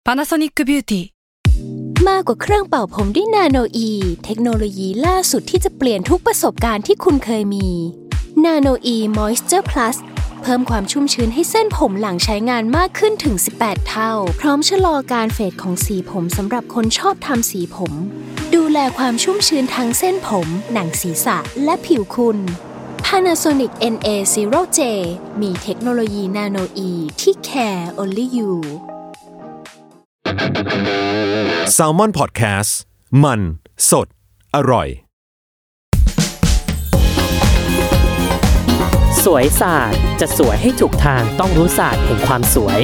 Panasonic Beauty มากกว่าเครื่องเป่าผมด้วยนาโนอีเทคโนโลยีล่าสุดที่จะเปลี่ยนทุกประสบการณ์ที่คุณเคยมีนาโนอีมอยส์เจอร์พลัสเพิ่มความชุ่มชื้นให้เส้นผมหลังใช้งานมากขึ้นถึง18เท่าพร้อมชะลอการเฟดของสีผมสำหรับคนชอบทำสีผมดูแลความชุ่มชื้นทั้งเส้นผมหนังศีรษะและผิวคุณ Panasonic NA0J มีเทคโนโลยีนาโนอีที่ care only you Salmon Podcast มันสดอร่อยสวยศาสตร์จะสวยให้ถูกทางต้องรู้ศาสตร์แห่งความสวย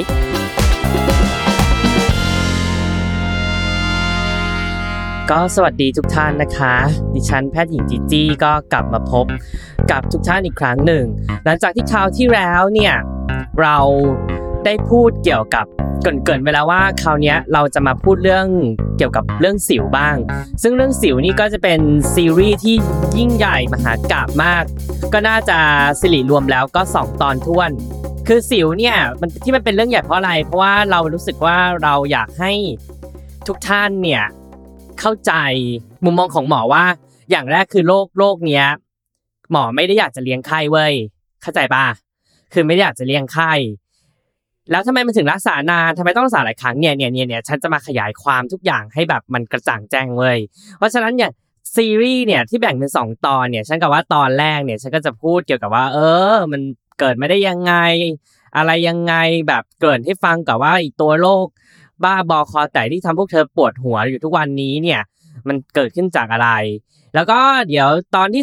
ก็สวัสดีทุกท่านนะคะดิฉันแพทย์หญิงจีจี้ก็กลับมาพบกับทุกท่านอีกครั้งหนึ่งหลังจากที่คราวที่แล้วเนี่ยเราได้พูดเกี่ยวกับเกริ่นๆไปแล้วว่าคราวนี้เราจะมาพูดเรื่องเกี่ยวกับเรื่องสิวบ้างซึ่งเรื่องสิวนี่ก็จะเป็นซีรีส์ที่ยิ่งใหญ่มหากาพย์มากก็น่าจะสิริรวมแล้วก็2ตอนท้วนคือสิวเนี่ยมันเป็นเรื่องใหญ่เพราะอะไรเพราะว่าเรารู้สึกว่าเราอยากให้ทุกท่านเนี่ยเข้าใจมุมมองของหมอว่าอย่างแรกคือโรคเนี้ยหมอไม่ได้อยากจะเลี้ยงไข้เว้ยเข้าใจป่ะคือไม่ได้อยากจะเลี้ยงไข้แล้วทำไมมันถึงรักษานานทำไมต้องรักษาหลายครั้งเนี่ยฉันจะมาขยายความทุกอย่างให้แบบมันกระจ่างแจ้งเว้ยเพราะฉะนั้นอย่างซีรีส์เนี่ยที่แบ่งเป็น2ตอนเนี่ยฉันกับว่าตอนแรกเนี่ยฉันก็จะพูดเกี่ยวกับว่ามันเกิดมาได้ยังไงอะไรยังไงแบบเกริ่นให้ฟังกับว่าอีตัวโรคบ้าบอคอแตกที่ทำพวกเธอปวดหัวอยู่ทุกวันนี้เนี่ยมันเกิดขึ้นจากอะไรแล้วก็เดี๋ยวตอนที่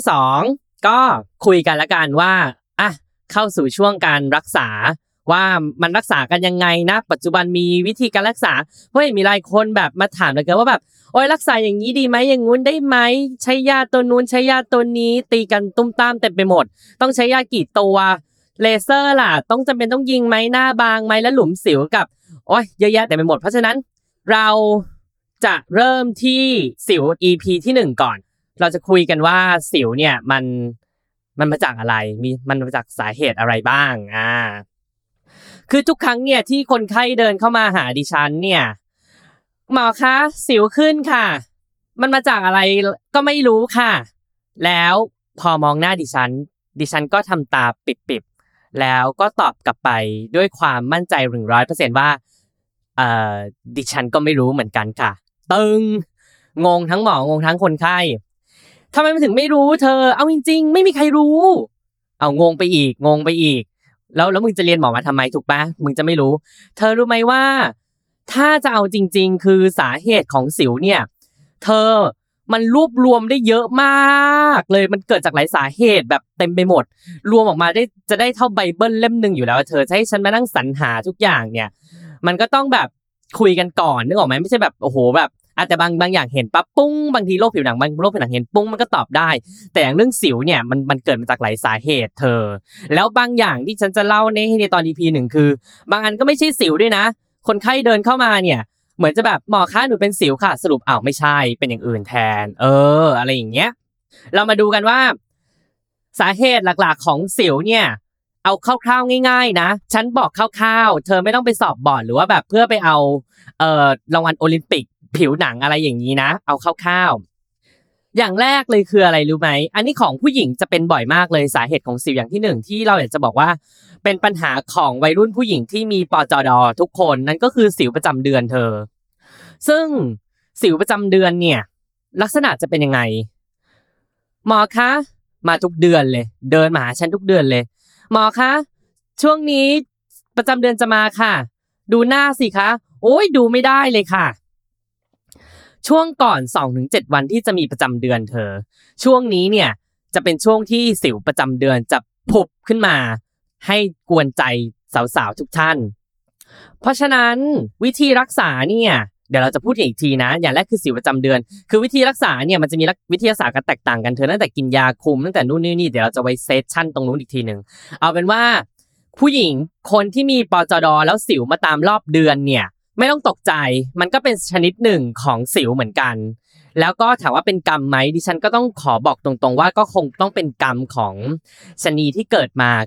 2ก็คุยกันละกันว่าเข้าสู่ช่วงการรักษาว่ามันรักษากันยังไงนะปัจจุบันมีวิธีการรักษาเพราะมีหลายคนแบบมาถามเหลือเกินว่าแบบโอ๊ยรักษาอย่างนี้ดีไหมอย่างงู้นได้ไหมใช้ยาตัวนู้นใช้ยาตัวนี้ตีกันตุ้มตามเต็มไปหมดต้องใช้ยากี่ตัวเลเซอร์ล่ะต้องจำเป็นต้องยิงไหมหน้าบางไหมแล้วหลุมสิวกับโอ๊ยเยอะแยะเต็มไปหมดเพราะฉะนั้นเราจะเริ่มที่สิว EP ที่1ก่อนเราจะคุยกันว่าสิวเนี่ยมันมาจากอะไรมันมาจากสาเหตุอะไรบ้างคือทุกครั้งเนี่ยที่คนไข้เดินเข้ามาหาดิฉันเนี่ยหมอคะสิวขึ้นค่ะมันมาจากอะไรก็ไม่รู้ค่ะแล้วพอมองหน้าดิฉันก็ทำตาปิบๆแล้วก็ตอบกลับไปด้วยความมั่นใจ 100% ว่าดิฉันก็ไม่รู้เหมือนกันค่ะตึงงงทั้งหมองงทั้งคนไข้ทำไมมันถึงไม่รู้เธอเอาจริงๆไม่มีใครรู้เอางงไปอีกแล้วมึงจะเรียนหมอมาทำไมถูกปะมึงจะไม่รู้เธอรู้ไหมว่าถ้าจะเอาจริงๆคือสาเหตุของสิวเนี่ยเธอมันรวบรวมได้เยอะมากเลยมันเกิดจากหลายสาเหตุแบบเต็มไปหมดรวมออกมาจะได้เท่าไบเบิลเล่มนึงอยู่แล้วเธอจะให้ฉันมานั่งสรรหาทุกอย่างเนี่ยมันก็ต้องแบบคุยกันก่อนนึกออกไหมไม่ใช่แบบโอ้โหแบบอาจจะบางอย่างเห็นปั๊บปุ้งบางทีโรคผิวหนังบางโรคผิวหนังเห็นปุ้งมันก็ตอบได้แต่อย่างเรื่องสิวเนี่ยมันเกิดมาจากหลายสาเหตุเธอแล้วบางอย่างที่ฉันจะเล่าในตอน EP 1คือบางอันก็ไม่ใช่สิวด้วยนะคนไข้เดินเข้ามาเนี่ยเหมือนจะแบบหมอคะหนูเป็นสิวค่ะสรุปไม่ใช่เป็นอย่างอื่นแทนอะไรอย่างเงี้ยเรามาดูกันว่าสาเหตุหลักๆของสิวเนี่ยเอาคร่าวๆง่ายๆนะฉันบอกคร่าวๆเธอไม่ต้องไปสอบบอร์ดหรือว่าแบบเพื่อไปเอารางวัลโอลิมปิกผิวหนังอะไรอย่างนี้นะเอาคร่าวๆอย่างแรกเลยคืออะไรรู้ไหมอันนี้ของผู้หญิงจะเป็นบ่อยมากเลยสาเหตุของสิวอย่างที่1ที่เราอยากจะบอกว่าเป็นปัญหาของวัยรุ่นผู้หญิงที่มีปจด.ทุกคนนั่นก็คือสิวประจำเดือนเธอซึ่งสิวประจำเดือนเนี่ยลักษณะจะเป็นยังไงหมอคะมาทุกเดือนเลยเดินมาหาฉันทุกเดือนเลยหมอคะช่วงนี้ประจำเดือนจะมาค่ะดูหน้าสิคะโอ๊ยดูไม่ได้เลยค่ะช่วงก่อน 2-7 วันที่จะมีประจำเดือนเธอช่วงนี้เนี่ยจะเป็นช่วงที่สิวประจำเดือนจะผุบขึ้นมาให้กวนใจสาวๆทุกท่านเพราะฉะนั้นวิธีรักษาเนี่ยเดี๋ยวเราจะพูดอีกทีนะอย่างแรกคือสิวประจำเดือนคือวิธีรักษาเนี่ยมันจะมีวิทยาศาสตร์กันแตกต่างกันเธอตั้งแต่กินยาคุมตั้งแต่นู่นนี่เดี๋ยวเราจะไว้เซสชั่นตรงนู้นอีกทีนึงเอาเป็นว่าผู้หญิงคนที่มีปจด.แล้วสิวมาตามรอบเดือนเนี่ยไม่ต้องตกใจมันก็เป็นชนิดหนึ่งของสิวเหมือนกันแล้วก็ถามว่าเป็นกรรมไหมดิฉันก็ต้องขอบอกตรงๆว่าก็คงต้องเป็นกรรมของชะนีที่เกิดมาค่ะ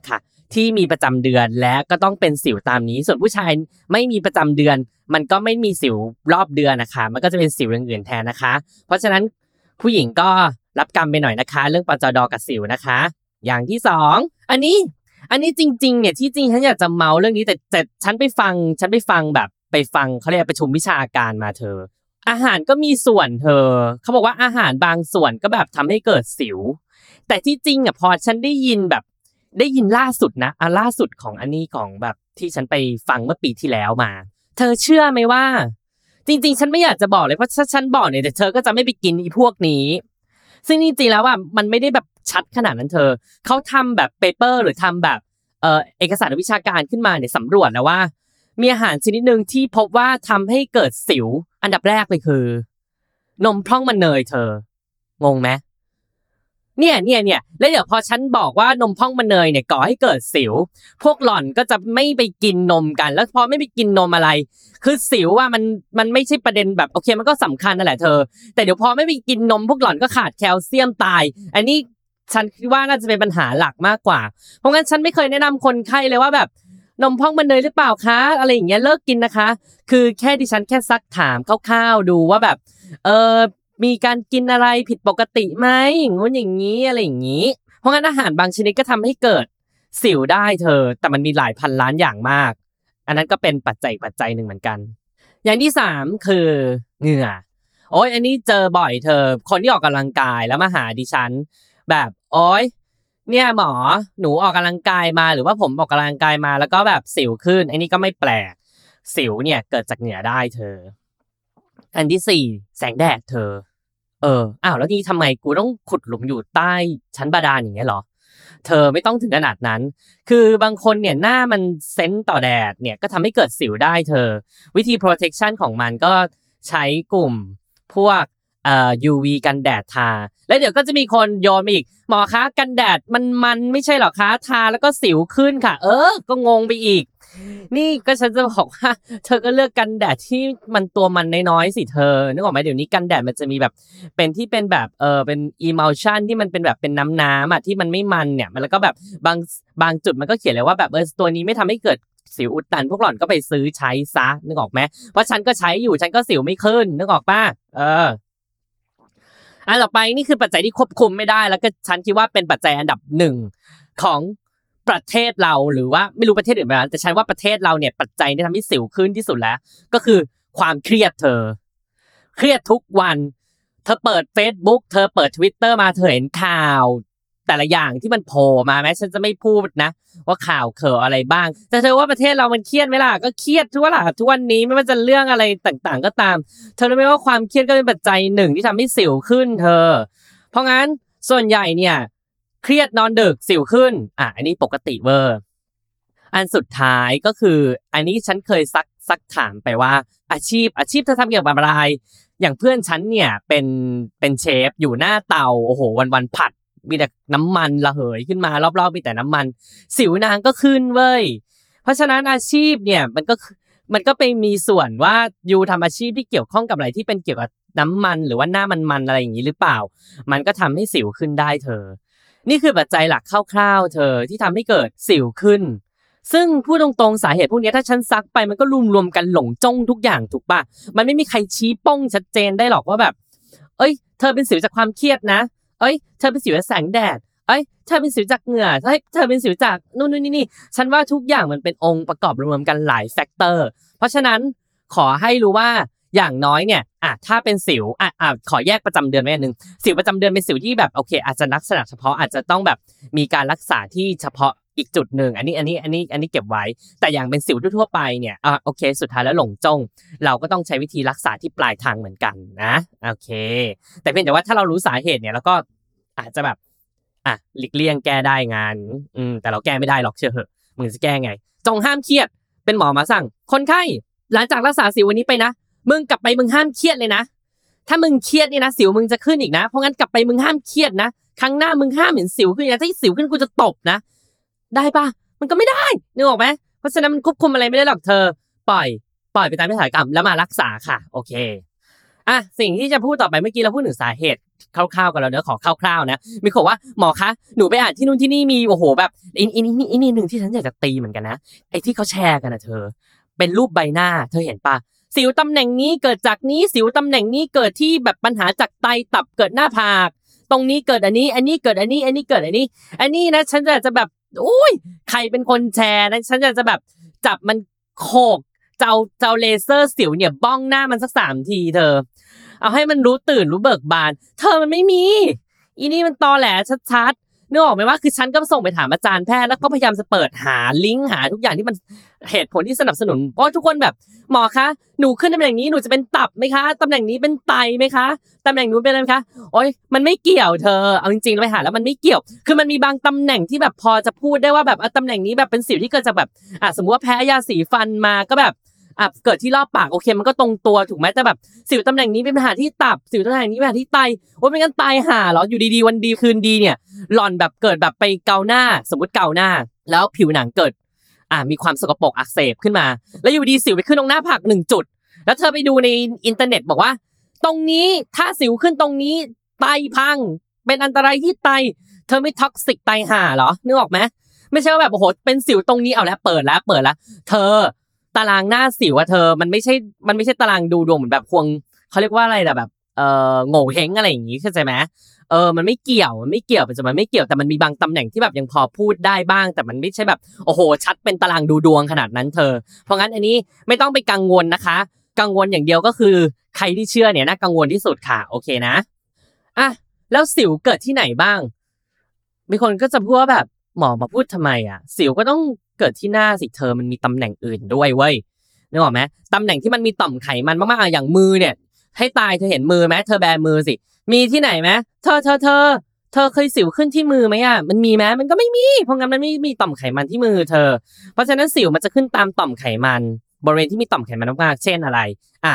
ที่มีประจำเดือนและก็ต้องเป็นสิวตามนี้ส่วนผู้ชายไม่มีประจำเดือนมันก็ไม่มีสิวรอบเดือนนะคะมันก็จะเป็นสิวอย่างอื่นแทนนะคะเพราะฉะนั้นผู้หญิงก็รับกรรมไปหน่อยนะคะเรื่องปจด.กับสิวนะคะอย่างที่2อันนี้จริงๆเนี่ยที่จริงฉันอยากจะเมาเรื่องนี้แต่ฉันไปฟังแบบไปฟังเขาเรียกประชุมวิชาการมาเธออาหารก็มีส่วนเธอเขาบอกว่าอาหารบางส่วนก็แบบทำให้เกิดสิวแต่ที่จริงอ่ะพอฉันได้ยินล่าสุดนะล่าสุดของอันนี้ของแบบที่ฉันไปฟังเมื่อปีที่แล้วมาเธอเชื่อไหมว่าจริงๆฉันไม่อยากจะบอกเลยเพราะถ้าฉันบอกเนี่ยเธอก็จะไม่ไปกินอีพวกนี้ซึ่งจริงๆแล้วว่ามันไม่ได้แบบชัดขนาดนั้นเธอเขาทำแบบเปเปอร์หรือทำแบบเอกสารวิชาการขึ้นมาเนี่ยสำรวจแล้วว่ามีอาหารชนิดนึงที่พบว่าทำให้เกิดสิวอันดับแรกเลยคือนมพร่องมันเนยเธองงไหมเนี่ยแล้วเดี๋ยวพอฉันบอกว่านมพร่องมันเนยเนี่ยก่อให้เกิดสิวพวกหล่อนก็จะไม่ไปกินนมกันแล้วพอไม่ไปกินนมอะไรคือสิวว่ามันไม่ใช่ประเด็นแบบโอเคมันก็สำคัญนั่นแหละเธอแต่เดี๋ยวพอไม่ไปกินนมพวกหล่อนก็ขาดแคลเซียมตายอันนี้ฉันคิดว่าน่าจะเป็นปัญหาหลักมากกว่าเพราะงั้นฉันไม่เคยแนะนำคนไข้เลยว่าแบบนมพร่องมันเนยหรือเปล่าคะอะไรอย่างเงี้ยเลิกกินนะคะคือแค่ดิฉันแค่ซักถามคร่าวๆดูว่าแบบมีการกินอะไรผิดปกติไหมอย่างงู้นอย่างนี้อะไรอย่างนี้เพราะงั้นอาหารบางชนิดก็ทำให้เกิดสิวได้เธอแต่มันมีหลายพันล้านอย่างมากอันนั้นก็เป็นปัจจัยหนึ่งเหมือนกันอย่างที่3คือเหงื่อโอ้ยอันนี้เจอบ่อยเธอคนที่ออกกำลังกายแล้วมาหาดิฉันแบบโอ๊ยเนี่ยหมอหนูออกกำลังกายมาหรือว่าผมออกกำลังกายมาแล้วก็แบบสิวขึ้นอันนี้ก็ไม่แปลกสิวเนี่ยเกิดจากเหงื่อได้เธออันที่4แสงแดดเธอแล้วนี่ทำไมกูต้องขุดหลุมอยู่ใต้ชั้นบาดาลอย่างเงี้ยหรอเธอไม่ต้องถึงขนาดนั้นคือบางคนเนี่ยหน้ามันเซนส์ต่อแดดเนี่ยก็ทำให้เกิดสิวได้เธอวิธี protection ของมันก็ใช้กลุ่มพวกUV กันแดดทาแล้วเดี๋ยวก็จะมีคนโยนมาอีกหมอคะกันแดดมันไม่ใช่หรอคะทาแล้วก็สิวขึ้นค่ะก็งงไปอีกนี่ก็ฉันจะบอกว่าเธอก็เลือกกันแดดที่มันตัวมันน้อยๆสิเธอนึกออกไหมเดี๋ยวนี้กันแดดมันจะมีแบบเป็นที่เป็นแบบเป็น emulsion ที่มันเป็นแบบเป็นน้ำอ่ะที่มันไม่มันเนี่ยมันแล้วก็แบบบางจุดมันก็เขียนเลยว่าแบบตัวนี้ไม่ทำให้เกิดสิวอุดตันพวกหล่อนก็ไปซื้อใช้ซะนึกออกไหมเพราะฉันก็ใช้อยู่ฉันก็สิวไม่ขึ้นนึกออกป่ะอันต่อไปนี่คือปัจจัยที่ควบคุมไม่ได้แล้วก็ฉันคิดว่าเป็นปัจจัยอันดับ1ของประเทศเราหรือว่าไม่รู้ประเทศอื่นไหมแต่ฉันว่าประเทศเราเนี่ยปัจจัยที่ทำให้สิวขึ้นที่สุดแล้วก็คือความเครียดเธอเครียดทุกวันเธอเปิด Facebook เธอเปิด Twitter มาเธอเห็นข่าวแต่ละอย่างที่มันโผล่มาแม้ฉันจะไม่พูดนะว่าข่าวเข่ออะไรบ้างแต่เธอว่าประเทศเรามันเครียดไหมล่ะก็เครียดทุกวันนี้ไม่ว่าจะเรื่องอะไรต่างๆก็ตามเธอรู้ไหมว่าความเครียดก็เป็นปัจจัยหนึ่งที่ทำให้สิวขึ้นเธอเพราะงั้นส่วนใหญ่เนี่ยเครียดนอนดึกสิวขึ้นอันนี้ปกติเวอร์อันสุดท้ายก็คืออันนี้ฉันเคยซักถามไปว่าอาชีพเธอทำเกี่ยวกับอะไรอย่างเพื่อนฉันเนี่ยเป็นเชฟอยู่หน้าเตาโอ้โหวันๆผัดมีแต่น้ำมันระเหยขึ้นมารอบๆมีแต่น้ำมันสิวนางก็ขึ้นเว้ยเพราะฉะนั้นอาชีพเนี่ยมันก็ไปมีส่วนว่ายูทำอาชีพที่เกี่ยวข้องกับอะไรที่เป็นเกี่ยวกับน้ำมันหรือว่าหน้ามันอะไรอย่างนี้หรือเปล่ามันก็ทำให้สิวขึ้นได้เธอนี่คือปัจจัยหลักคร่าวๆเธอที่ทำให้เกิดสิวขึ้นซึ่งพูดตรงๆสาเหตุพวกนี้ถ้าฉันซักไปมันก็รวมกันหลงจ้องทุกอย่างถูกป่ะมันไม่มีใครชี้ป้องชัดเจนได้หรอกว่าแบบเธอเป็นสิวจากความเครียดนะเธอเป็นสิวจากแสงแดดเธอเป็นสิวจากเหงื่อเธอเป็นสิวจากนู่นนี่ฉันว่าทุกอย่างมันเป็นองค์ประกอบรวมกันหลายแฟกเตอร์เพราะฉะนั้นขอให้รู้ว่าอย่างน้อยเนี่ยถ้าเป็นสิวขอแยกประจำเดือนไว้อันนึงสิวประจำเดือนเป็นสิวที่แบบโอเคอาจจะลักษณะเฉพาะอาจจะต้องแบบมีการรักษาที่เฉพาะอีกจุดหนึ่งอันนี้เก็บไว้แต่อย่างเป็นสิวทั่วไปเนี่ยโอเคสุดท้ายแล้วหลงจ้องเราก็ต้องใช้วิธีรักษาที่ปลายทางเหมือนกันนะโอเคแต่เพียงแต่ว่าถ้าเรารู้สาเหตุเนี่ยแล้วก็อาจจะแบบหลีกเลี่ยงแก้ได้งานแต่เราแก้ไม่ได้หรอกเชื่อเหอะมึงจะแก้ไงจงห้ามเครียดเป็นหมอมาสั่งคนไข้หลังจากรักษาสิววันนี้ไปนะมึงกลับไปมึงห้ามเครียดเลยนะถ้ามึงเครียดนี่นะสิวมึงจะขึ้นอีกนะเพราะงั้นกลับไปมึงห้ามเครียดนะครั้งหน้ามึงห้ามเห็นสิวขึ้นนะถ้าสิวขึ้นกูจะตบนะได้ป่ะมันก็ไม่ได้นึกออกไหมเพราะฉะนั้นมันควบคุมอะไรไม่ได้หรอกเธอปล่อยไปตามสถานการณ์แล้วมารักษาค่ะโอเคสิ่งที่จะพูดต่อไปเมื่อกี้เราพูดถึงสาเหตุคร่าวๆกันแล้วเนอะขอคร่าวๆนะมีคนว่าหมอคะหนูไปอ่านที่นู่นที่นี่มีโอ้โหแบบอีนี่หนึ่งที่ฉันอยากจะตีเหมือนกันนะไอ้ที่เขาแชร์กันนะเธอเป็นรูปใบหน้าเธอเห็นปะสิวตำแหน่งนี้เกิดจากนี้สิวตำแหน่งนี้เกิดที่แบบปัญหาจากไตตับเกิดหน้าผากตรงนี้เกิดอันนี้เกิดอันนี้เกิดอันนี้นะฉันจะแบบอุ้ยใครเป็นคนแชร์นะฉันจะแบบจับมันโขกเจ้าเลเซอร์สิวเนี่ยบ้องหน้ามันสัก3 ทีเธอเอาให้มันรู้ตื่นรู้เบิกบานเธอมันไม่มีอีนี่มันตอแหลชัดๆนึกออกไหมว่าคือฉันก็ส่งไปถามอาจารย์แพทย์แล้วก็พยายามจะเปิดหาลิงก์หาทุกอย่างที่มันเหตุผลที่สนับสนุนเพราะทุกคนแบบหมอคะหนูขึ้นตำแหน่งนี้หนูจะเป็นตับไหมคะตำแหน่งนี้เป็นไตไหมคะตำแหน่งนู้นเป็นอะไรไหมคะโอ๊ยมันไม่เกี่ยวเธอเอาจริงๆไปหาแล้วมันไม่เกี่ยวคือมันมีบางตำแหน่งที่แบบพอจะพูดได้ว่าแบบตำแหน่งนี้แบบเป็นสิวที่เกิดจากแบบสมมติว่าแพ้ยาสีฟันมาก็แบบเกิดที่รอบปากโอเคมันก็ตรงตัวถูกไหมแต่แบบสิวตำแหน่งนี้เป็นปัญหาที่ตับสิวตำแหน่งนี้เป็นปัญหาที่ไตโอ้ยไม่งั้นตายห่าเหรออยู่ดีๆวันดีคืนดีเนี่ยหล่อนแบบเกิดแบบไปเกาหน้าสมมติเกาหน้าแล้วผิวหนังเกิดมีความสกปรกอักเสบขึ้นมาแล้วอยู่ดีสิวไปขึ้นตรงหน้าผาก1 จุดแล้วเธอไปดูในอินเทอร์เน็ตบอกว่าตรงนี้ถ้าสิวขึ้นตรงนี้ไตพังเป็นอันตรายที่ไตเธอไม่ท็อกซิกไตห่าเหรอนึกออกไหมไม่ใช่ว่าแบบโอ้โหเป็นสิวตรงนี้เอาแล้วเปิดแล้วเธอตารางหน้าสิวเธอมันไม่ใช่ตารางดูดวงเหมือนแบบควงเขาเรียกว่าอะไรแบบโง่เฮงอะไรอย่างงี้เข้าใจไหมมันไม่เกี่ยวปัจจุบันไม่เกี่ยวแต่มันมีบางตำแหน่งที่แบบยังพอพูดได้บ้างแต่มันไม่ใช่แบบโอ้โหชัดเป็นตารางดูดวงขนาดนั้นเธอเพราะงั้นอันนี้ไม่ต้องไปกังวลนะคะกังวลอย่างเดียวก็คือใครที่เชื่อเนี่ยน่ากังวลที่สุดค่ะโอเคนะแล้วสิวเกิดที่ไหนบ้างมีคนก็จะพูดว่าแบบหมอมาพูดทำไมสิวก็ต้องเกิดที่หน้าสิเธอมันมีตำแหน่งอื่นด้วยเว้ยนึกออกไหมตำแหน่งที่มันมีต่อมไขมันมากๆอย่างมือเนี่ยให้ตายเธอเห็นมือไหมเธอแบมือสิมีที่ไหนไหมเธอเคยสิวขึ้นที่มือไหมมันมีไหมมันก็ไม่มีเพราะงั้นมันไม่มีต่อมไขมันที่มือเธอเพราะฉะนั้นสิวมันจะขึ้นตามต่อมไขมันบริเวณที่มีต่อมไขมันมากๆเช่นอะไร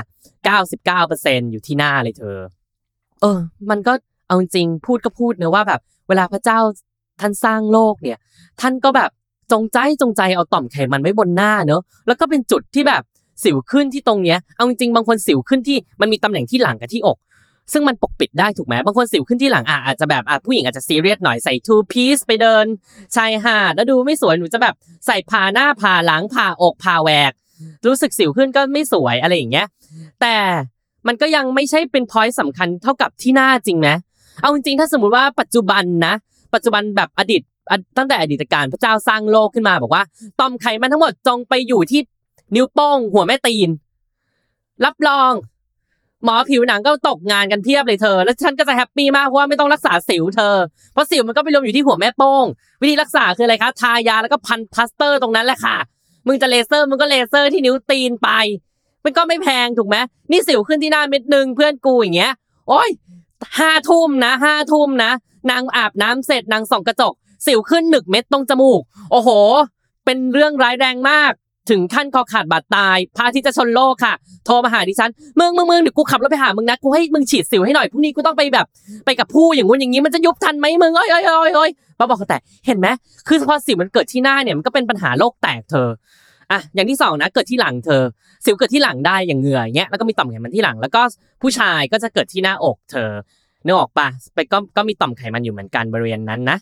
99% อยู่ที่หน้าเลยเธอมันก็เอาจริงพูดก็พูดเนอะว่าแบบเวลาพระเจ้าท่านสร้างโลกเนี่ยท่านก็แบบจงใจเอาต่อมไขมันไว้บนหน้าเนอะแล้วก็เป็นจุดที่แบบสิวขึ้นที่ตรงเนี้ยเอาจริงบางคนสิวขึ้นที่มันมีตำแหน่งที่หลังกับที่อกซึ่งมันปกปิดได้ถูกไหมบางคนสิวขึ้นที่หลังอาจจะแบบผู้หญิงอาจจะซีเรียสหน่อยใส่ two piece ไปเดินชายหาดแล้วดูไม่สวยหนูจะแบบใส่ผ่าหน้าผ่าหลังผ่าอกผ่าแหวกรู้สึกสิวขึ้นก็ไม่สวยอะไรอย่างเงี้ยแต่มันก็ยังไม่ใช่เป็นพอยต์สำคัญเท่ากับที่หน้าจริงไหมเอาจริงๆถ้าสมมุติว่าปัจจุบันแบบอดีตตั้งแต่อดีตการพระเจ้าสร้างโลกขึ้นมาบอกว่าต่อมไขมันทั้งหมดจงไปอยู่ที่นิ้วโป้งหัวแม่ตีนรับรองหมอผิวหนังก็ตกงานกันเพียบเลยเธอแล้วฉันก็จะแฮปปี้มากเพราะว่าไม่ต้องรักษาสิวเธอเพราะสิวมันก็ไปรวมอยู่ที่หัวแม่โป้งวิธีรักษาคืออะไรคะทายาแล้วก็พันพลาสเตอร์ตรงนั้นแหละค่ะมึงจะเลเซอร์มึงก็เลเซอร์ที่นิ้วตีนไปมันก็ไม่แพงถูกไหมนี่สิวขึ้นที่หน้าเม็ดนึงเพื่อนกูอย่างเงี้ยโอ๊ย5 ทุ่มนะนางอาบน้ำเสร็จนางส่องกระจกสิวขึ้น1 เม็ดตรงจมูกโอ้โหเป็นเรื่องร้ายแรงมากถึงขั้นคอขาดบาดตายพระอาทิตย์จะชนโลกค่ะโทรมาหาดิฉันมึงเดี๋ยวกูขับรถไปหามึงนะกูให้มึงฉีดสิวให้หน่อยพรุ่งนี้กูต้องไปแบบไปกับผู้อย่างงู้นอย่างงี้มันจะยุบทันไหมมึงโอ้ยป้าบอกแต่เห็นไหมคือพอสิวมันเกิดที่หน้าเนี่ยมันก็เป็นปัญหาโรคแตกเธออย่างที่2นะเกิดที่หลังเธอสิวเกิดที่หลังได้อย่างเหงื่ออย่างเงี้ยแล้วก็มีต่อมไขมันที่หลังแล้วก็ผู้ชายก็จะเกิดที่หน้าอกเธอนึกออกปะไปก็มีต่อมไขมันอยู่เหมือนกันบริเวณนั้นนะ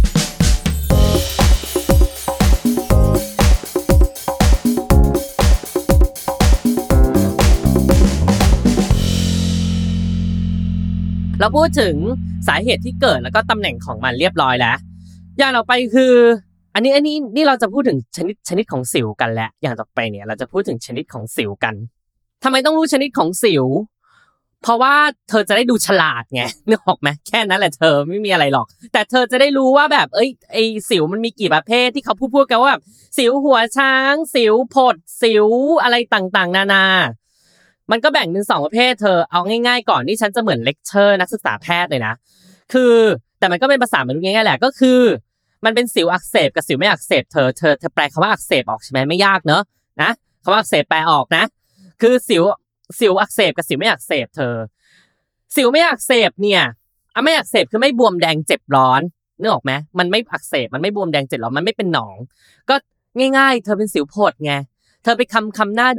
เราพูดถึงสาเหตุที่เกิดแล้วก็ตำแหน่งของมันเรียบร้อยแล้วอย่างต่อไปคืออันนี้เราจะพูดถึงชนิดของสิวกันแล้วอย่างต่อไปเนี่ยเราจะพูดถึงชนิดของสิวกันทำไมต้องรู้ชนิดของสิวเพราะว่าเธอจะได้ดูฉลาดไงนึกออกไหมแค่นั้นแหละเธอไม่มีอะไรหรอกแต่เธอจะได้รู้ว่าแบบไอ้สิวมันมีกี่ประเภทที่เขาพูดกันว่าแบบสิวหัวช้างสิวผดสิวอะไรต่างๆนานามันก็แบ่งเป็น2 ประเภทเธอเอาง่ายๆก่อนนี่ฉันจะเหมือนเลคเชอร์นักศึกษาแพทย์เลยนะคือแต่มันก็เป็นภาษามนุษย์ง่ายๆแหละก็คือมันเป็นสิวอักเสบกับสิวไม่อักเสบเธอแปลคำว่าอักเสบออกใช่ไหมไม่ยากเนอะนะคำว่าอักเสบแปลออกนะคือสิวอักเสบกับสิวไม่อักเสบเธอสิวไม่อักเสบเนี่ยไม่อักเสบคือไม่บวมแดงเจ็บร้อนนึกออกไหมมันไม่อักเสบมันไม่บวมแดงเจ็บร้อนมันไม่เป็นหนองก็ง่ายๆเธอเป็นสิวผดไงเธอไปคำหน้าดู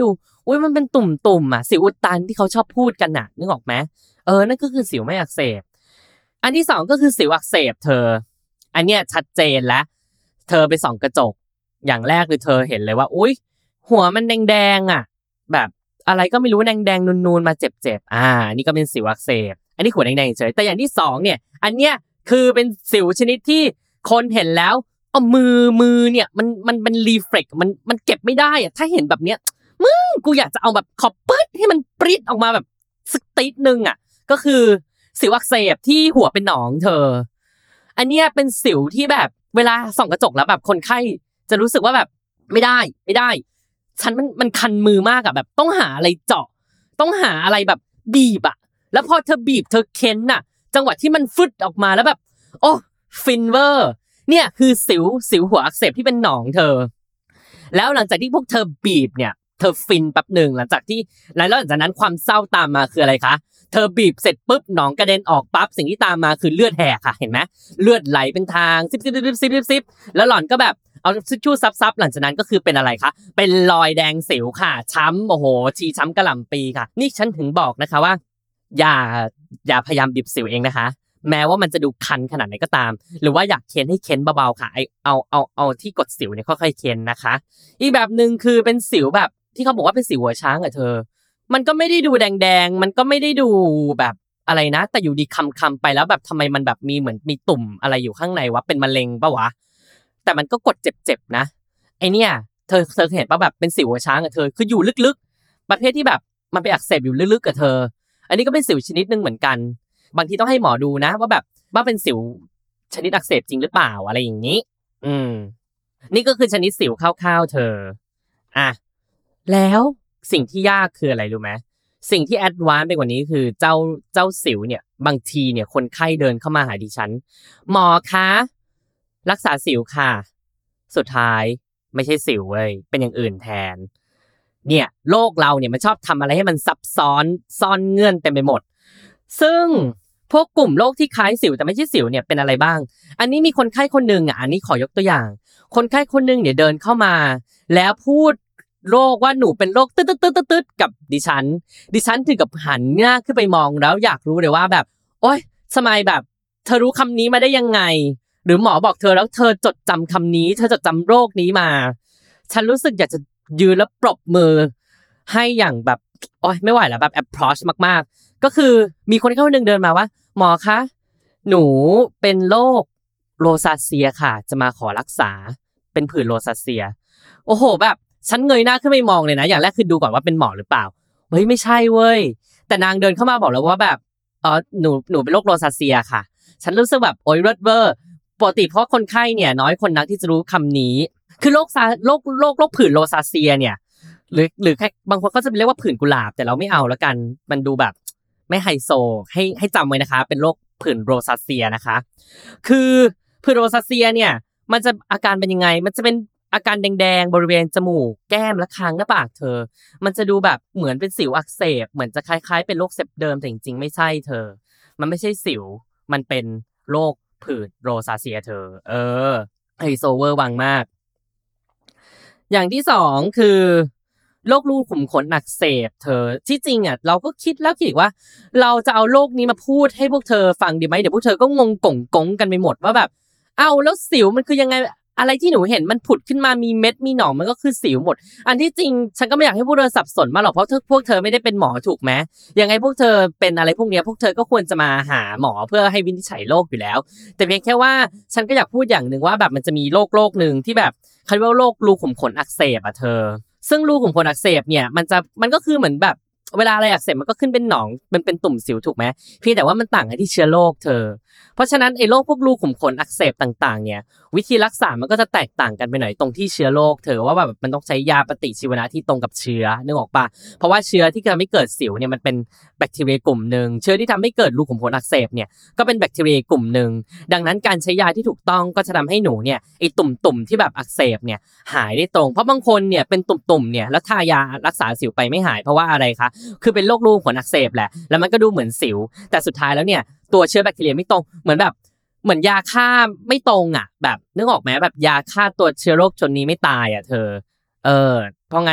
อุ้ยมันเป็นตุ่มๆอ่ะสิวอุดตันที่เขาชอบพูดกันน่ะนึกออกไหมนั่นก็คือสิวไม่อักเสบอันที่2ก็คือสิวอักเสบเธออันเนี้ยชัดเจนแล้วเธอไปส่องกระจกอย่างแรกคือเธอเห็นเลยว่าอุ้ยหัวมันแดงๆอ่ะแบบอะไรก็ไม่รู้แดงๆนูนๆมาเจ็บๆนี่ก็เป็นสิวอักเสบอันนี้หัวแดงๆเฉยแต่อย่างที่2เนี่ยอันเนี้ยคือเป็นสิวชนิดที่คนเห็นแล้วมือเนี่ยมันรีเฟล็กมันเก็บไม่ได้อ่ะถ้าเห็นแบบเนี้ยกูอยากจะเอาแบบขอบปึ๊ดให้มันปริ๊ดออกมาแบบสักติดนึงอ่ะก็คือสิวอักเสบที่หัวเป็นหนองเธออันเนี้ยเป็นสิวที่แบบเวลาส่องกระจกแล้วแบบคนไข้จะรู้สึกว่าแบบไม่ได้ฉันมันคันมือมากอ่ะแบบต้องหาอะไรเจาะต้องหาอะไรแบบบีบอ่ะแล้วพอเธอบีบเธอเค้นน่ะจังหวะที่มันฟึดออกมาแล้วแบบโอ้ฟินเวอร์เนี่ยคือสิวหัวอักเสบที่เป็นหนองเธอแล้วหลังจากที่พวกเธอบีบเนี่ยเธอฟินแป๊บนึงหลังจากนั้นความเศร้าตามมาคืออะไรคะเธอบีบเสร็จปุ๊บหนองกระเด็นออกปั๊บสิ่งที่ตามมาคือเลือดแหกค่ะเห็นไหมเลือดไหลเป็นทางซิบแล้วหล่อนก็แบบเอาทิชชู่ซับหลังจากนั้นก็คือเป็นอะไรคะเป็นรอยแดงสิวค่ะช้ำโอ้โหชีช้ำกระหล่ำปีค่ะนี่ฉันถึงบอกนะคะว่าอย่าพยายามบีบสิวเองนะคะแม้ว่ามันจะดูคันขนาดไหนก็ตามหรือว่าอยากเค้นให้เค้นเบาๆค่ะเอาที่กดสิวเนี่ยค่อยๆเค้นนะคะอีกแบบนึงคือเป็นสิวแบบที่เขาบอกว่าเป็นสิวหัวช้างอ่ะเธอมันก็ไม่ได้ดูแดงๆมันก็ไม่ได้ดูแบบอะไรนะแต่อยู่ดีคำไปแล้วแบบทำไมมันแบบมีเหมือนมีตุ่มอะไรอยู่ข้างในวะเป็นมะเร็งปะวะแต่มันก็กดเจ็บๆนะไอเนี่ยเธอเห็นปะแบบเป็นสิวหัวช้างอ่ะเธอคืออยู่ลึกๆประเภทที่แบบมันไปอักเสบอยู่ลึกๆกับเธออันนี้ก็เป็นสิวชนิดนึงเหมือนกันบางทีต้องให้หมอดูนะว่าเป็นสิวชนิดอักเสบจริงหรือเปล่าอะไรอย่างนี้นี่ก็คือชนิดสิวคร่าวๆเธออ่ะแล้วสิ่งที่ยากคืออะไรรู้ไหมสิ่งที่แอดวานซ์ไปกว่านี้คือเจ้าสิวเนี่ยบางทีเนี่ยคนไข้เดินเข้ามาหาดิฉันหมอคะรักษาสิวค่ะสุดท้ายไม่ใช่สิวเว้ยเป็นอย่างอื่นแทนเนี่ยโลกเราเนี่ยมันชอบทำอะไรให้มันซับซ้อนซ่อนเงื่อนเต็มไปหมดซึ่งพวกกลุ่มโรคที่คล้ายสิวแต่ไม่ใช่สิวเนี่ยเป็นอะไรบ้างอันนี้มีคนไข้คนนึงอันนี้ขอยกตัวอย่างคนไข้คนนึงเนี่ยเดินเข้ามาแล้วพูดโรคว่าหนูเป็นโรคตึ๊ดกับดิฉันถึงกับหันหน้าขึ้นไปมองแล้วอยากรู้เลยว่าแบบโอ๊ยทำไมแบบเธอรู้คำนี้มาได้ยังไงหรือหมอบอกเธอแล้วเธอจดจำคำนี้เธอจดจำโรคนี้มาฉันรู้สึกอยากจะยืนแล้วปรบมือให้อย่างแบบโอ๊ยไม่ไหวแล้วแบบ approach มากๆก็คือมีคนเข้าหนึ่งเดินมาว่าหมอคะหนูเป็นโรคโรซาเซียค่ะจะมาขอรักษาเป็นผื่นโรซาเซียโอ้โหแบบฉันเงยหน้าขึ้นไปมองเลยนะอย่างแรกคือดูก่อนว่าเป็นหมอหรือเปล่าเฮ้ยไม่ใช่เว้ยแต่นางเดินเข้ามาบอกแล้วว่าแบบหนูเป็นโรคโรซาเซียค่ะฉันรู้สึกแบบโอ๊ยเลิศเวอร์ปกติเพราะคนไข้เนี่ยน้อยคนนักที่จะรู้คำนี้คือโรคผื่นโรซาเซียเนี่ยหรือแค่บางคนก็จะเรียกว่าผื่นกุหลาบแต่เราไม่เอาแล้วกันมันดูแบบไม่ไฮโซให้จำไว้นะคะเป็นโรคผื่นโรซาเซียนะคะคือผื่นโรซาเซียเนี่ยมันจะอาการเป็นยังไงมันจะเป็นอาการแดงๆบริเวณจมูกแก้มและคางหน้าปากเธอมันจะดูแบบเหมือนเป็นสิวอักเสบเหมือนจะคล้ายๆเป็นโรคเซปเดิมแต่จริงๆไม่ใช่เธอมันไม่ใช่สิวมันเป็นโรคผื่นโรซาเซียเธอไฮโซเวอร์วังมากอย่างที่2คือโรครูขุมขนอักเสบเธอที่จริงอ่ะเราก็คิดว่าเราจะเอาโรคนี้มาพูดให้พวกเธอฟังดีไหมเดี๋ยวพวกเธอก็งงกงกันไปหมดว่าแบบเอาแล้วสิวมันคือยังไงอะไรที่หนูเห็นมันผุดขึ้นมามีเม็ดมีหนองมันก็คือสิวหมดอันที่จริงฉันก็ไม่อยากให้พวกเธอสับสนมาหรอกเพราะพวกเธอไม่ได้เป็นหมอถูกไหมยังไงพวกเธอเป็นอะไรพวกนี้พวกเธอก็ควรจะมาหาหมอเพื่อให้วินิจฉัยโรคอยู่แล้วแต่เพียงแค่ว่าฉันก็อยากพูดอย่างนึงว่าแบบมันจะมีโรคนึงที่แบบเขาเรียกว่าโรครูขุมขนอักเสบอ่ะเธอซึ่งรูขุมขนอักเสบเนี่ยมันก็คือเหมือนแบบเวลาอะไรอักเสบมันก็ขึ้นเป็นหนองเป็นตุ่มสิวถูกไหมเพียงแต่ว่ามันต่างกันที่เชื้อโรคเธอเพราะฉะนั้นไอ้โรคพวกรูขุมขนอักเสบต่างๆเนี่ยวิธีรักษามันก็จะแตกต่างกันไปหน่อยตรงที่เชื้อโรคเธอว่าแบบมันต้องใช้ยาปฏิชีวนะที่ตรงกับเชื้อนึกออกปะเพราะว่าเชื้อที่ทำให้เกิดสิวเนี่ยมันเป็นแบคทีเรียกลุ่มนึงเชื้อที่ทำให้เกิดรูขุมขนอักเสบเนี่ยก็เป็นแบคทีเรียกลุ่มนึงดังนั้นการใช้ยาที่ถูกต้องก็จะทำให้หนูเนี่ยไอ้ตุ่มที่แบบอักเสบเนี่ยหายได้ตรงเพราะบางคนเนี่ยเป็นตุ่มเนี่ยแล้วทายารักษาสิวไปไม่หายเพราะว่าอะไรคะคือเป็นโรครูขุมขนอักเสบแหละแล้วมันก็ดูเหมือนสิวแต่สุดท้ายแล้วเนี่ยตัวเชื้อแบคทีเรียไม่ตรงเหมือนยาฆ่าไม่ตรงอ่ะแบบนึกออกไหมแบบยาฆ่าตัวเชื้อโรคจนนี้ไม่ตายอ่ะเธอเพราะงั้น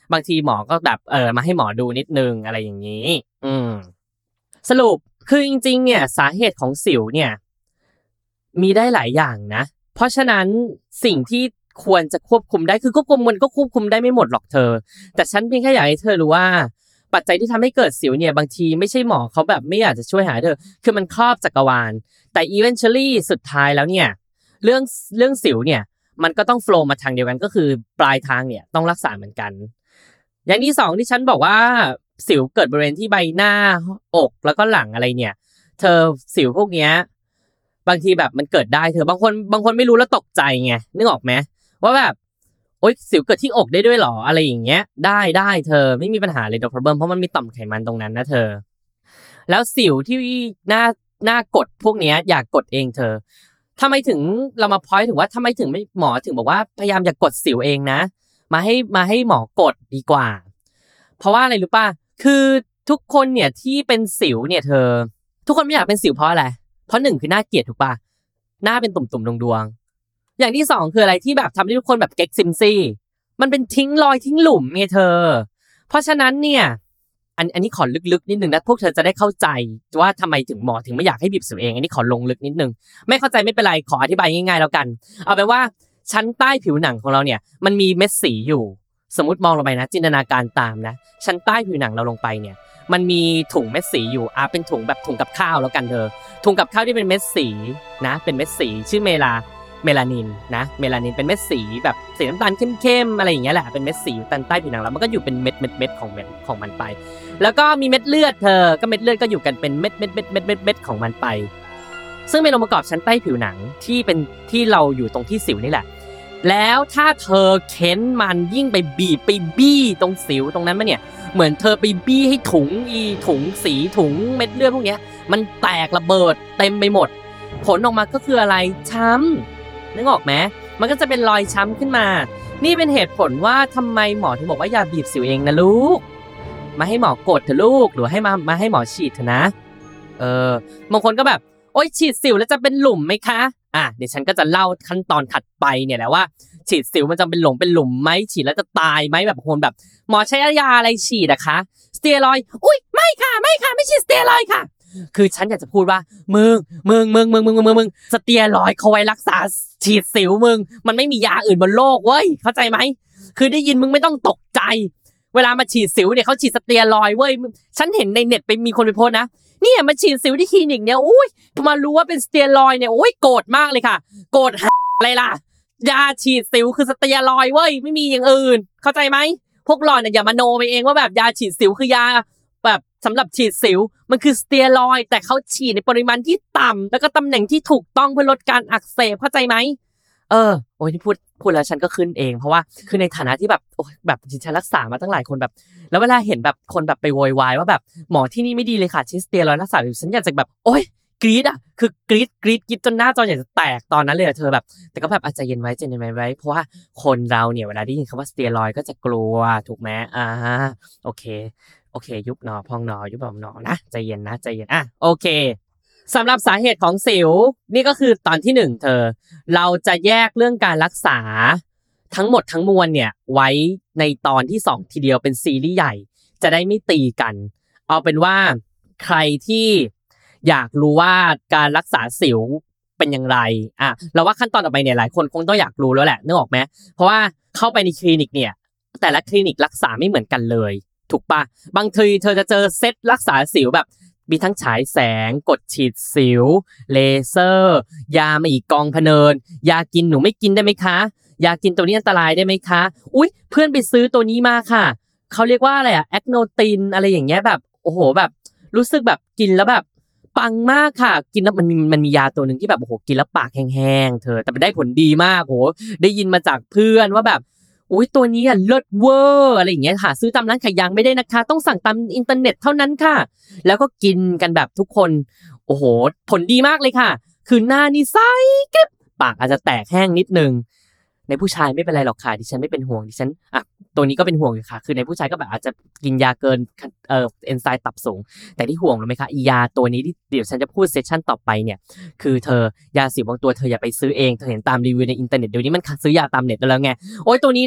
บางทีหมอก็แบบมาให้หมอดูนิดนึงอะไรอย่างนี้สรุปคือจริงๆเนี่ยสาเหตุของสิวเนี่ยมีได้หลายอย่างนะเพราะฉะนั้นสิ่งที่ควรจะควบคุมได้คือควบคุมมันก็ควบคุมได้ไม่หมดหรอกเธอแต่ฉันเพียงแค่อยากให้เธอรู้ว่าปัจจัยที่ทำให้เกิดสิวเนี่ยบางทีไม่ใช่หมอเขาแบบไม่อยากจะช่วยหาเธอคือมันครอบจักรวาลแต่ eventually สุดท้ายแล้วเนี่ยเรื่องสิวเนี่ยมันก็ต้อง flow มาทางเดียวกันก็คือปลายทางเนี่ยต้องรักษาเหมือนกันอย่างที่2ที่ฉันบอกว่าสิวเกิดบริเวณที่ใบหน้าอกแล้วก็หลังอะไรเนี่ยเธอสิวพวกเนี้ยบางทีแบบมันเกิดได้เธอบางคนไม่รู้แล้วตกใจไงนึกออกไหมว่าแบบโอ๊ยสิวเกิดที่อกได้ด้วยหรออะไรอย่างเงี้ยได้เธอไม่มีปัญหาเลย no problem เพราะมันมีต่อมไขมันตรงนั้นนะเธอแล้วสิวที่หน้ากดพวกเนี้ยอยากกดเองเธอทำไมถึงเรามา point ถึงว่าทำไมถึงไม่หมอถึงบอกว่าพยายามอย่ากดสิวเองนะมาให้หมอกดดีกว่าเพราะว่าอะไรรู้ป่ะคือทุกคนเนี่ยที่เป็นสิวเนี่ยเธอทุกคนไม่อยากเป็นสิวเพราะอะไรเพราะ1คือน่าเกลียดถูกป่ะหน้าเป็นตุ่มๆดวงๆอย่างที่2คืออะไรที่แบบทำให้ทุกคนแบบเก๊กซิมซี่มันเป็นทิ้งรอยทิ้งหลุมไงเธอเพราะฉะนั้นเนี่ยอันนี้ขอลึกๆนิดนึงนะพวกเธอจะได้เข้าใจว่าทำไมถึงหมอถึงไม่อยากให้บีบสิวเองอันนี้ขอลงลึกนิดนึงไม่เข้าใจไม่เป็นไรขออธิบายง่ายๆแล้วกันเอาเป็นว่าชั้นใต้ผิวหนังของเราเนี่ยมันมีเม็ดสีอยู่สมมติมองลงไปนะจินตนาการตามนะชั้นใต้ผิวหนังเราลงไปเนี่ยมันมีถุงเม็ดสีอยู่เป็นถุงแบบถุงกับข้าวแล้วกันเธอถุงกับข้าวที่เป็นเม็ดสีนะเป็นเม็ดสีชื่อเมลานินนะเมลานินเป็นเม็ดสีแบบสีน้ำตาลเข้มๆอะไรอย่างเงี้ยแหละเป็นเม็ดสีอยู่ใต้ผิวหนังแล้วมันก็อยู่เป็นเม็ดของมันไปแล้วก็มีเม็ดเลือดเธอก็เม็ดเลือดก็อยู่กันเป็นเม็ดของมันไปซึ่งเป็นองค์ประกอบชั้นใต้ผิวหนังที่เป็นที่เราอยู่ตรงที่สิวนี่แหละแล้วถ้าเธอเค้นมันยิ่งไปบีบไปบี้ตรงสิวตรงนั้นมาเนี่ยเหมือนเธอไปบี้ให้ถุงสีถุงเม็ดเลือดพวกเนี้ยมันแตกระเบิดเต็มไปหมดผลออกมาก็คืออะไรช้ำนึกออกไหมมันก็จะเป็นรอยช้ำขึ้นมานี่เป็นเหตุผลว่าทำไมหมอถึงบอกว่าอย่าบีบสิวเองนะลูกมาให้หมอกดเถอะลูกหรือให้มาให้หมอฉีดเถอะนะบางคนก็แบบโอ๊ยฉีดสิวแล้วจะเป็นหลุมไหมคะเดี๋ยวฉันก็จะเล่าขั้นตอนถัดไปเนี่ยแหละว่าฉีดสิวมันจะเป็นหลุมไหมฉีดแล้วจะตายไหมแบบคนแบบหมอใช้ยาอะไรฉีดอะคะสเตียรอยด์อุ้ยไม่ค่ะไม่ฉีดสเตียรอยด์ค่ะคือฉันอยากจะพูดว่ามึงสเตียรอยด์เขาไว้รักษาฉีดสิวมึงมันไม่มียาอื่นบนโลกเว้ยเข้าใจไหมคือได้ยินมึงไม่ต้องตกใจเวลามาฉีดสิวเนี่ยเขาฉีดสเตียรอยด์เว้ยฉันเห็นในเน็ตไปมีคนไปโพสนะเนี่ยมาฉีดสิวที่คลินิกเนี่ยอุ้ยมารู้ว่าเป็นสเตียรอยด์เนี่ยโอ้ยโกรธมากเลยค่ะโกรธอะไรล่ะยาฉีดสิวคือสเตียรอยด์เว้ยไม่มีอย่างอื่นเข้าใจไหมพวกหล่อนเนี่ยอย่ามาโนไปเองว่าแบบยาฉีดสิวคือยาแบบสำหรับฉีดสิวมันคือสเตียรอยด์แต่เขาฉีดในปริมาณที่ต่ำแล้วก็ตำแหน่งที่ถูกต้องเพื่อลดการอักเสบเข้าใจไหมโอ้ยที่พูดแล้วฉันก็ขึ้นเองเพราะว่าคือในฐานะที่แบบโอ้ยแบบฉันรักษามาตั้งหลายคนแบบแล้วเวลาเห็นแบบคนแบบไปโวยวายว่าแบบหมอที่นี่ไม่ดีเลยค่ะฉีดสเตียรอยด์รักษาฉันอยากจะแบบโอ๊ยกรี๊ดอ่ะคือกรี๊ดจนหน้าจออยากจะแตกตอนนั้นเลยเธอแบบแต่ก็แบบใจเย็นไว้เพราะว่าคนเราเนี่ยเวลาได้ยินคำว่าสเตียรอยด์ก็จะกลัวถูกไหมโอเคยุบหนอพองหนอยุบหนอนะใจเย็นโอเคสำหรับสาเหตุของสิวนี่ก็คือตอนที่1เธอเราจะแยกเรื่องการรักษาทั้งหมดทั้งมวลเนี่ยไว้ในตอนที่2ทีเดียวเป็นซีรีส์ใหญ่จะได้ไม่ตีกันเอาเป็นว่าใครที่อยากรู้ว่าการรักษาสิวเป็นอย่างไรเราว่าขั้นตอนต่อไปเนี่ยหลายคนคงต้องอยากรู้แล้วแหละนึกออกไหมเพราะว่าเข้าไปในคลินิกเนี่ยแต่ละคลินิกรักษาไม่เหมือนกันเลยถูกปะบางทีเธอจะเจอเซตรักษาสิวแบบมีทั้งฉายแสงกดฉีดสิวเลเซอร์ยามาอีกกองพะเนินยากินหนูไม่กินได้ไหมคะยากินตัวนี้อันตรายได้ไหมคะอุ๊ยเพื่อนไปซื้อตัวนี้มาค่ะเขาเรียกว่าอะไรแอคโนตินอะไรอย่างเงี้ยแบบโอ้โหแบบรู้สึกแบบกินแล้วแบบปังมากค่ะกินแล้วมันมียาตัวนึงที่แบบโอ้โหกินแล้วปากแห้งๆเธอแต่ได้ผลดีมากโหได้ยินมาจากเพื่อนว่าแบบอุ๊ยตัวนี้เลิศเวอร์อะไรอย่างเงี้ยค่ะซื้อตามร้านขายยางไม่ได้นะคะต้องสั่งตามอินเทอร์เน็ตเท่านั้นค่ะแล้วก็กินกันแบบทุกคนโอ้โหผลดีมากเลยค่ะคือหน้านี่ใสเก็บปากอาจจะแตกแห้งนิดนึงในผู้ชายไม่เป็นไรหรอกค่ะดิฉันไม่เป็นห่วงดิฉันตัวนี้ก็เป็นห่วงอยู่ค่ะคือในผู้ชายก็แบบอาจจะกินยาเกินเอนไซม์ตับสูงแต่ที่ห่วงรู้ไหมคะยาตัวนี้ที่เดี๋ยวฉันจะพูดเซสชั่นต่อไปเนี่ยคือเธอยาสิวบางตัวเธออย่าไปซื้อเองเธอเห็นตามรีวิวในอินเทอร์เน็ตเดี๋ยวนี้มันซื้อยาตามเน็ตแล้วไงโอ๊ยตัวนี้นะ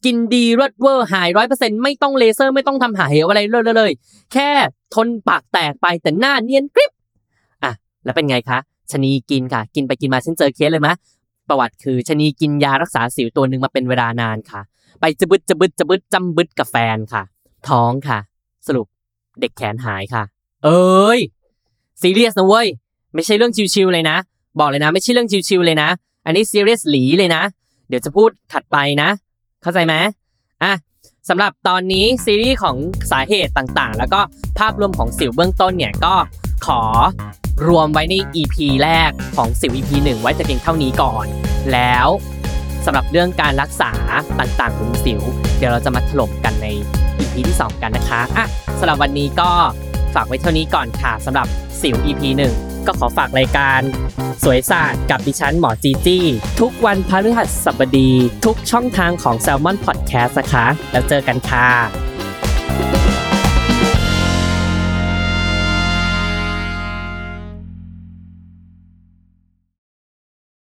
กินดีรสเวอร์หาย 100% ไม่ต้องเลเซอร์ไม่ต้องทำหาเหวอะไรเลยแค่ทนปากแตกไปแต่หน้าเนียนกริบอ่ะแล้วเป็นไงคะชะนีกินค่ะกินไปกินมาฉันเจอเคสเลยมั้ยประวัติคือชะนีกินยารักษาสิวตัวนึงมาเป็นเวลานานค่ะไปจะบึดจำบึดกับแฟนค่ะท้องค่ะสรุปเด็กแขนหายค่ะเอ้ยซีเรียสนะเว้ยไม่ใช่เรื่องชิวๆเลยนะบอกเลยนะไม่ใช่เรื่องชิวๆเลยนะอันนี้ซีเรียสหลีเลยนะเดี๋ยวจะพูดถัดไปนะเข้าใจไหมอ่ะสำหรับตอนนี้ซีรีส์ของสาเหตุต่างๆแล้วก็ภาพรวมของสิวเบื้องต้นเนี่ยก็ขอรวมไว้ใน EP แรกของสิว EP 1ไว้แต่เพียงเท่านี้ก่อนแล้วสำหรับเรื่องการรักษาต่างๆของสิวเดี๋ยวเราจะมาถล่มกันใน EP ที่2กันนะคะอ่ะสำหรับวันนี้ก็ฝากไว้เท่านี้ก่อนค่ะสำหรับสิว EP 1ก็ขอฝากรายการสวยศาสตร์กับดิฉันหมอจีจี้ทุกวันพฤหัสบดีทุกช่องทางของ Salmon Podcast นะคะแล้วเจอกันค่ะ